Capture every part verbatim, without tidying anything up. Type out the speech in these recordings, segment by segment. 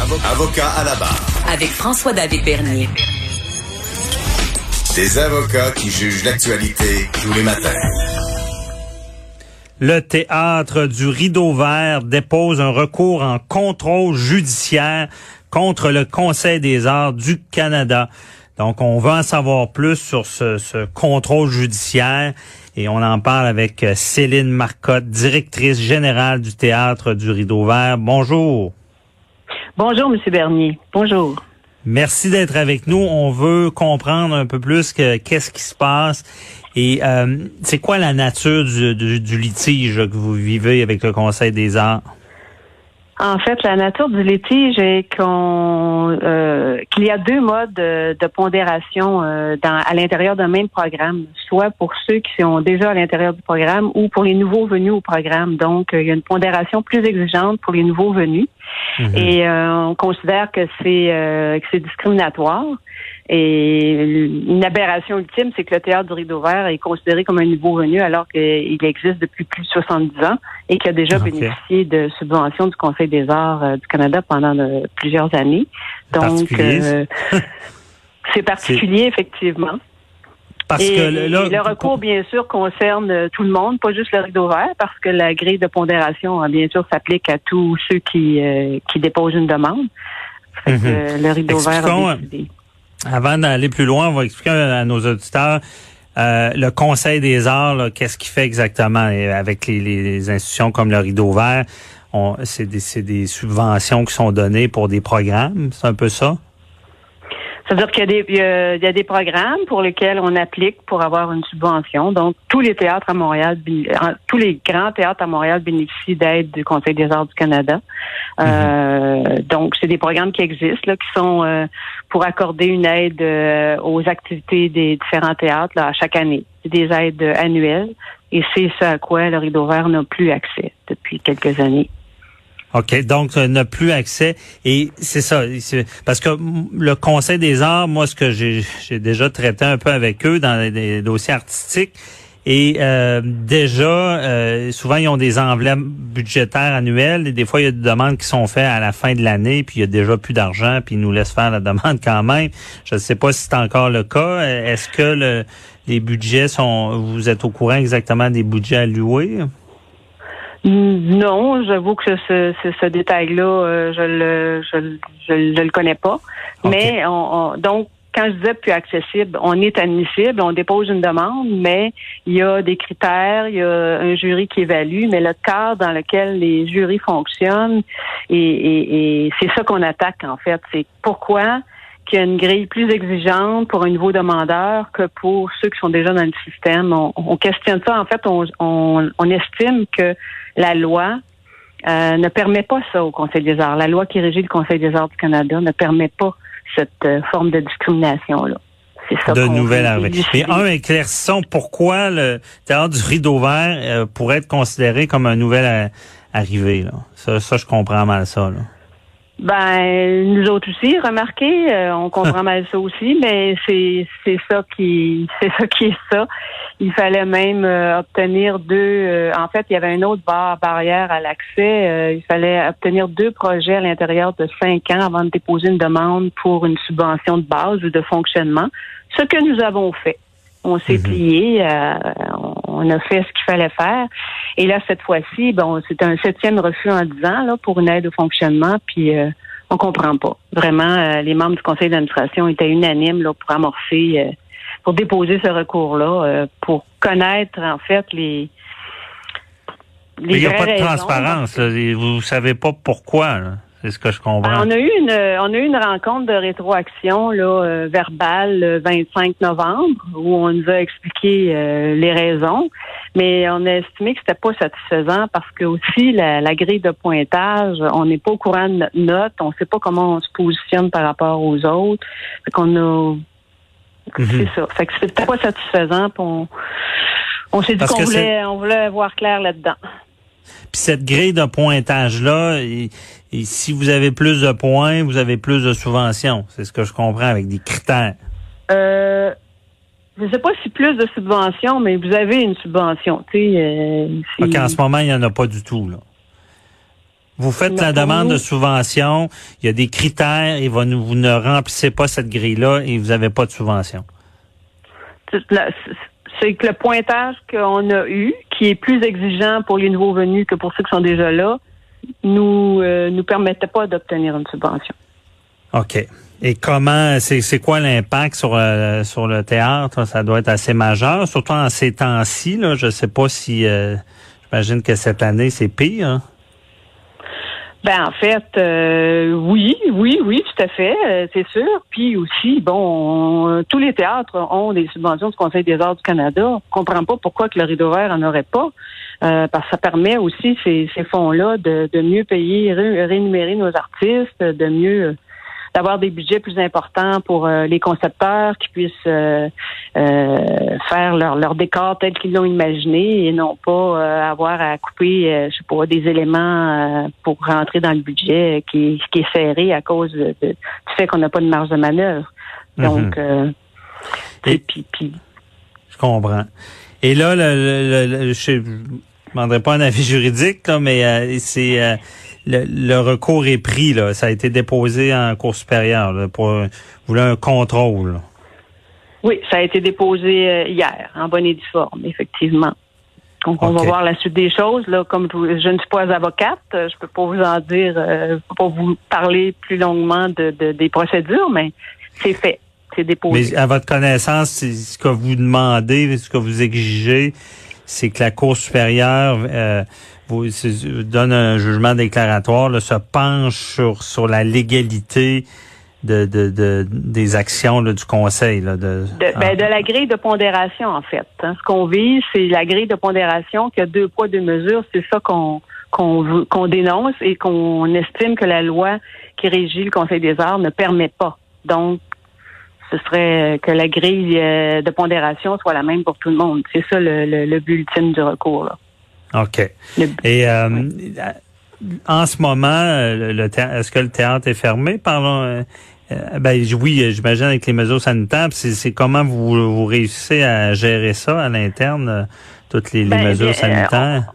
Avocat à la barre. Avec François-David Bernier. Des avocats qui jugent l'actualité tous les matins. Le Théâtre du Rideau Vert dépose un recours en contrôle judiciaire contre le Conseil des arts du Canada. Donc, on va en savoir plus sur ce, ce contrôle judiciaire et on en parle avec Céline Marcotte, directrice générale du Théâtre du Rideau Vert. Bonjour. Bonjour, M. Bernier. Bonjour. Merci d'être avec nous. On veut comprendre un peu plus que qu'est-ce qui se passe et euh, c'est quoi la nature du, du, du litige que vous vivez avec le Conseil des arts? En fait, la nature du litige est qu'on euh, qu'il y a deux modes de, de pondération euh, dans, à l'intérieur d'un même programme, soit pour ceux qui sont déjà à l'intérieur du programme ou pour les nouveaux venus au programme. Donc, euh, il y a une pondération plus exigeante pour les nouveaux venus. Mm-hmm. Et euh, on considère que c'est euh, que c'est discriminatoire. Et une aberration ultime, c'est que le Théâtre du Rideau Vert est considéré comme un nouveau venu alors qu'il existe depuis plus de soixante-dix ans et qu'il a déjà okay. bénéficié de subventions du Conseil des arts euh, du Canada pendant de, plusieurs années. Donc, euh, c'est particulier, c'est... effectivement. Parce et, que là, et le recours, bien sûr, concerne tout le monde, pas juste le Rideau Vert, parce que la grille de pondération, bien sûr, s'applique à tous ceux qui, euh, qui déposent une demande. Fait mm-hmm. que le Rideau Expliquons, Vert a décidé. Avant d'aller plus loin, on va expliquer à nos auditeurs euh, le Conseil des arts, là, qu'est-ce qu'il fait exactement avec les, les institutions comme le Rideau Vert. On, c'est, des, c'est des subventions qui sont données pour des programmes, c'est un peu ça? C'est-à-dire qu'il y a, des, il y a, il y a des programmes pour lesquels on applique pour avoir une subvention. Donc, tous les théâtres à Montréal, tous les grands théâtres à Montréal bénéficient d'aide du Conseil des arts du Canada. Mm-hmm. Euh, donc, c'est des programmes qui existent, là, qui sont euh, pour accorder une aide euh, aux activités des différents théâtres là, à chaque année. C'est des aides annuelles et c'est ce à quoi le Rideau Vert n'a plus accès depuis quelques années. OK, donc euh, n'a plus accès et c'est ça, c'est, parce que le Conseil des arts, moi ce que j'ai j'ai déjà traité un peu avec eux dans des dossiers artistiques et euh, déjà euh, souvent ils ont des enveloppes budgétaires annuelles et des fois il y a des demandes qui sont faites à la fin de l'année puis il y a déjà plus d'argent puis ils nous laissent faire la demande quand même. Je ne sais pas si c'est encore le cas. Est-ce que le, les budgets sont, vous êtes au courant exactement des budgets alloués? Non, j'avoue que ce, ce, ce détail-là, euh, je le je, je, je le connais pas. Okay. Mais on, on, donc, quand je disais plus accessible, on est admissible, on dépose une demande, mais il y a des critères, il y a un jury qui évalue, mais le cadre dans lequel les jurys fonctionnent, et, et, et c'est ça qu'on attaque en fait. C'est pourquoi qu'il y a une grille plus exigeante pour un nouveau demandeur que pour ceux qui sont déjà dans le système. On, on questionne ça. En fait, on, on, on estime que la loi euh, ne permet pas ça au Conseil des arts. La loi qui régit le Conseil des arts du Canada ne permet pas cette euh, forme de discrimination-là. C'est ça. De nouvelles arrivées. Mais un, éclaircissons pourquoi le Théâtre du Rideau Vert euh, pourrait être considéré comme un nouvel euh, arrivé. Là. Ça, ça, je comprends mal ça. Là. Ben, nous autres aussi, remarquez, euh, on comprend mal ça aussi, mais c'est c'est ça qui c'est ça qui est ça. Il fallait même euh, obtenir deux. Euh, en fait, il y avait un autre barre barrière à l'accès. Euh, il fallait obtenir deux projets à l'intérieur de cinq ans avant de déposer une demande pour une subvention de base ou de fonctionnement. Ce que nous avons fait. On s'est mm-hmm. plié, euh, on a fait ce qu'il fallait faire. Et là, cette fois-ci, bon, c'est un septième refus en dix ans là, pour une aide au fonctionnement, puis euh, on comprend pas. Vraiment, euh, les membres du conseil d'administration étaient unanimes là, pour amorcer, euh, pour déposer ce recours-là, euh, pour connaître, en fait, les... les Mais il n'y a pas de raisons. transparence, là. Vous savez pas pourquoi, là. C'est ce que je comprends. Alors, on a eu une, on a eu une rencontre de rétroaction là euh, verbale le vingt-cinq novembre où on nous a expliqué euh, les raisons, mais on a estimé que c'était pas satisfaisant parce que aussi la, la grille de pointage, on n'est pas au courant de notre note, on sait pas comment on se positionne par rapport aux autres, fait qu'on a, mm-hmm. c'est ça, fait que c'était pas satisfaisant, puis on, on s'est dit parce qu'on voulait, c'est... on voulait voir clair là-dedans. Puis cette grille de pointage-là, et, et si vous avez plus de points, vous avez plus de subventions. C'est ce que je comprends avec des critères. Euh, je ne sais pas si plus de subventions, mais vous avez une subvention. Tu sais, euh, OK, en ce moment, il n'y en a pas du tout, là. Vous faites la demande de subvention, il y a des critères et vous ne remplissez pas cette grille-là et vous n'avez pas de subvention. C'est que le pointage qu'on a eu, qui est plus exigeant pour les nouveaux venus que pour ceux qui sont déjà là, nous euh, nous permettait pas d'obtenir une subvention. OK. Et comment, c'est c'est quoi l'impact sur euh, sur le théâtre? Ça doit être assez majeur, surtout en ces temps-ci. Là, je sais pas si, euh, j'imagine que cette année c'est pire. Hein? Ben en fait, euh, oui, oui, oui, tout à fait, euh, c'est sûr. Puis aussi, bon, on, tous les théâtres ont des subventions du Conseil des arts du Canada. On comprend pas pourquoi que le Rideau Vert en aurait pas, euh, parce que ça permet aussi ces, ces fonds-là de, de mieux payer, ré, rémunérer nos artistes, de mieux d'avoir des budgets plus importants pour euh, les concepteurs qui puissent euh, euh, faire leur, leur décor tel qu'ils l'ont imaginé et non pas euh, avoir à couper, euh, je sais pas, des éléments euh, pour rentrer dans le budget qui, qui est serré à cause de, de, du fait qu'on n'a pas de marge de manœuvre. Donc, mm-hmm. euh, et puis, puis, je comprends. Et là, le, le, le, le, je ne demanderai pas un avis juridique, là, mais euh, c'est euh, le, le recours est pris, là. Ça a été déposé en cour supérieure là, pour vous voulez un contrôle. Là. Oui, ça a été déposé euh, hier, en bonne et due forme, effectivement. Donc, on okay. va voir la suite des choses. Là, comme je, je ne suis pas avocate, je peux pas vous en dire, euh, je peux pas vous parler plus longuement de, de des procédures, mais c'est fait, c'est déposé. Mais à votre connaissance, ce que vous demandez, ce que vous exigez, c'est que la Cour supérieure euh, vous donne un jugement déclaratoire, là, se penche sur sur la légalité de de, de des actions là, du Conseil. Là, de, de, ben, de la grille de pondération, en fait. Hein. Ce qu'on vise, c'est la grille de pondération qui a deux poids, deux mesures. C'est ça qu'on qu'on qu'on dénonce et qu'on estime que la loi qui régit le Conseil des arts ne permet pas. Donc, ce serait que la grille de pondération soit la même pour tout le monde. C'est ça le, le, le but ultime du recours. Là. OK. Le, et euh, oui. En ce moment, le, le théâtre, est-ce que le théâtre est fermé? Parlons. Euh, ben oui, j'imagine avec les mesures sanitaires. C'est, c'est comment vous, vous réussissez à gérer ça à l'interne, euh, toutes les, les ben, mesures bien, sanitaires?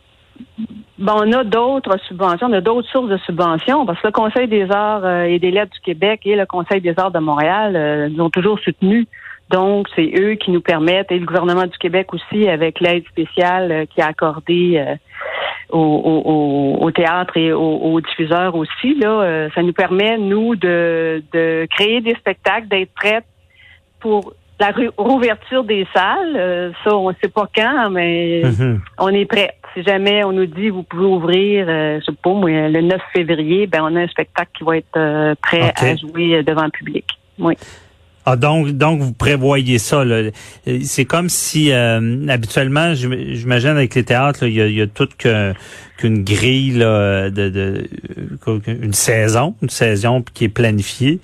On, ben, on a d'autres subventions, on a d'autres sources de subventions, parce que le Conseil des arts euh, et des lettres du Québec et le Conseil des arts de Montréal euh, nous ont toujours soutenus. Donc, c'est eux qui nous permettent, et le gouvernement du Québec aussi, avec l'aide spéciale euh, qui a accordé euh, au, au, au théâtre et aux, aux diffuseurs aussi. Là, euh, ça nous permet, nous, de, de créer des spectacles, d'être prêts pour la rouverture des salles. Euh, ça, on ne sait pas quand, mais mm-hmm. on est prêts. Si jamais on nous dit vous pouvez ouvrir, euh, je sais pas, moi, le neuf février, ben on a un spectacle qui va être euh, prêt okay. à jouer devant le public. Oui. Ah donc donc vous prévoyez ça là. C'est comme si euh, habituellement j'imagine avec les théâtres là, il y a il y a toute que, qu'une grille là, de de une saison, une saison qui est planifiée.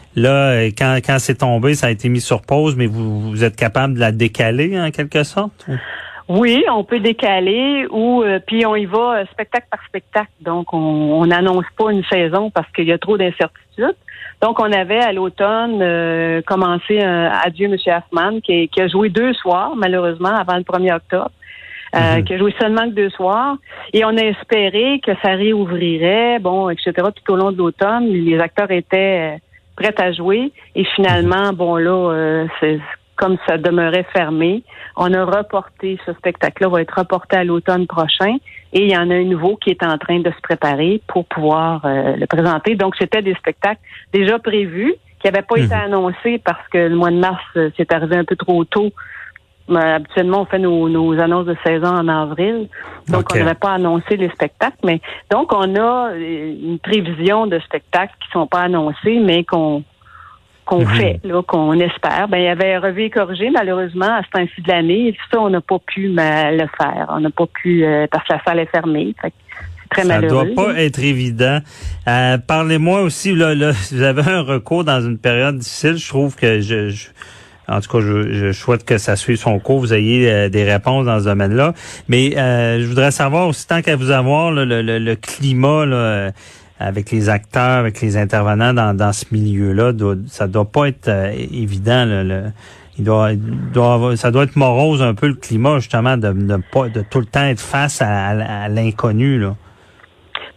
Là quand quand c'est tombé, ça a été mis sur pause, mais vous vous êtes capable de la décaler en quelque sorte ou? Oui, on peut décaler ou euh, puis on y va euh, spectacle par spectacle. Donc on n'annonce pas une saison parce qu'il y a trop d'incertitudes. Donc on avait à l'automne euh, commencé un Adieu Monsieur Hoffman qui, qui a joué deux soirs malheureusement avant le premier octobre, euh, mm-hmm. qui a joué seulement que deux soirs et on a espéré que ça réouvrirait, bon et cetera tout au long de l'automne. Les acteurs étaient euh, prêts à jouer et finalement bon là euh, c'est comme ça demeurait fermé, on a reporté ce spectacle-là, va être reporté à l'automne prochain et il y en a un nouveau qui est en train de se préparer pour pouvoir euh, le présenter. Donc, c'était des spectacles déjà prévus qui n'avaient pas mmh. été annoncés parce que le mois de mars, euh, c'est arrivé un peu trop tôt. Mais, habituellement, on fait nos, nos annonces de saison en avril, donc okay. on n'avait pas annoncé les spectacles. Mais donc, on a une prévision de spectacles qui sont pas annoncés, mais qu'on qu'on mm-hmm. fait, là, qu'on espère. Ben, il y avait revue et corrigé, malheureusement, à ce temps-ci de l'année. Et ça, on n'a pas pu ben, le faire. On n'a pas pu, euh, parce que la salle est fermée. Fait que c'est très ça malheureux. Ça doit pas être évident. Euh, parlez-moi aussi, là, là, vous avez un recours dans une période difficile. Je trouve que je, je en tout cas, je, je souhaite que ça suive son cours, vous ayez euh, des réponses dans ce domaine-là. Mais euh, je voudrais savoir aussi, tant qu'à vous avoir, là, le, le, le climat, là, euh, avec les acteurs, avec les intervenants dans, dans ce milieu-là, doit, ça doit pas être euh, évident. Là, le, il doit, il doit, ça doit être morose un peu le climat justement de, de pas de tout le temps être face à, à, à l'inconnu là.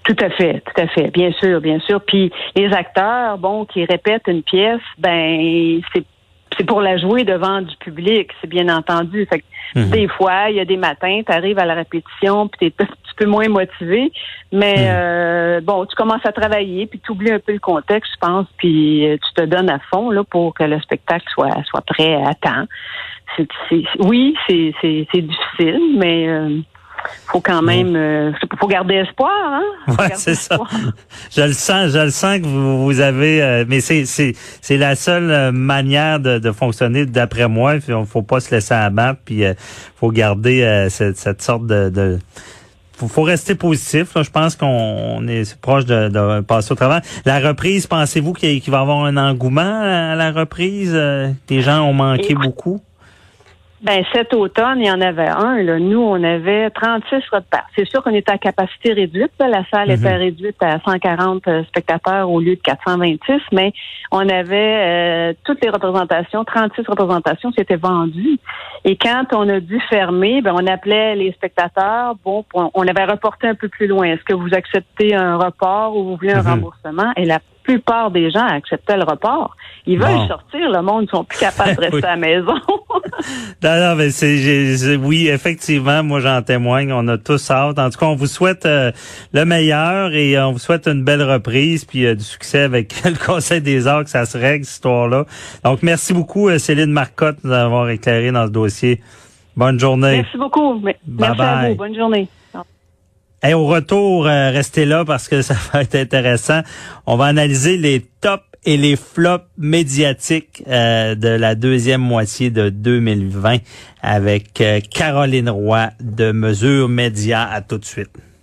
Tout à fait, tout à fait, bien sûr, bien sûr. Puis les acteurs, bon, qui répètent une pièce, ben c'est c'est pour la jouer devant du public, c'est bien entendu. Fait que mm-hmm. des fois, il y a des matins, tu arrives à la répétition, puis t'es un petit peu moins motivé, mais mm-hmm. euh, bon, tu commences à travailler, puis tu oublies un peu le contexte, je pense, puis euh, tu te donnes à fond là pour que le spectacle soit soit prêt à temps. C'est, c'est, oui, c'est c'est c'est difficile, mais euh, faut quand même, euh, faut garder espoir, hein. Ouais, c'est espoir. Ça. Je le sens, je le sens que vous, vous avez, euh, mais c'est c'est c'est la seule manière de, de fonctionner, d'après moi. Il faut pas se laisser abattre, puis euh, faut garder euh, cette, cette sorte de, de faut, faut rester positif. Là. Je pense qu'on est proche de, de passer au travers. La reprise, pensez-vous qu'il, qu'il va y avoir un engouement à la reprise? Euh, les gens ont manqué Et... beaucoup. Ben, cet automne, il y en avait un. Là. Nous, on avait trente-six repas. C'est sûr qu'on était à capacité réduite. Là. La salle mm-hmm. était réduite à cent quarante spectateurs au lieu de quatre cent vingt-six, mais on avait euh, toutes les représentations, trente-six représentations qui étaient vendues. Et quand on a dû fermer, ben on appelait les spectateurs. Bon, on avait reporté un peu plus loin. Est-ce que vous acceptez un report ou vous voulez un mm-hmm. remboursement? Et la plupart des gens acceptaient le report. Ils veulent bon. sortir, le monde, ils sont plus capables de rester oui. à la maison. non, non, mais c'est, j'ai, c'est, oui, effectivement, moi j'en témoigne, on a tous hâte. En tout cas, on vous souhaite euh, le meilleur et on vous souhaite une belle reprise puis euh, du succès avec le Conseil des arts, que ça se règle, cette histoire-là. Donc, merci beaucoup, euh, Céline Marcotte, de nous avoir éclairé dans ce dossier. Bonne journée. Merci beaucoup. Merci bye bye. À vous. Bonne journée. Et au retour, euh, restez là parce que ça va être intéressant. On va analyser les tops et les flops médiatiques euh, de la deuxième moitié de deux mille vingt avec euh, Caroline Roy de Mesures Médias. À tout de suite.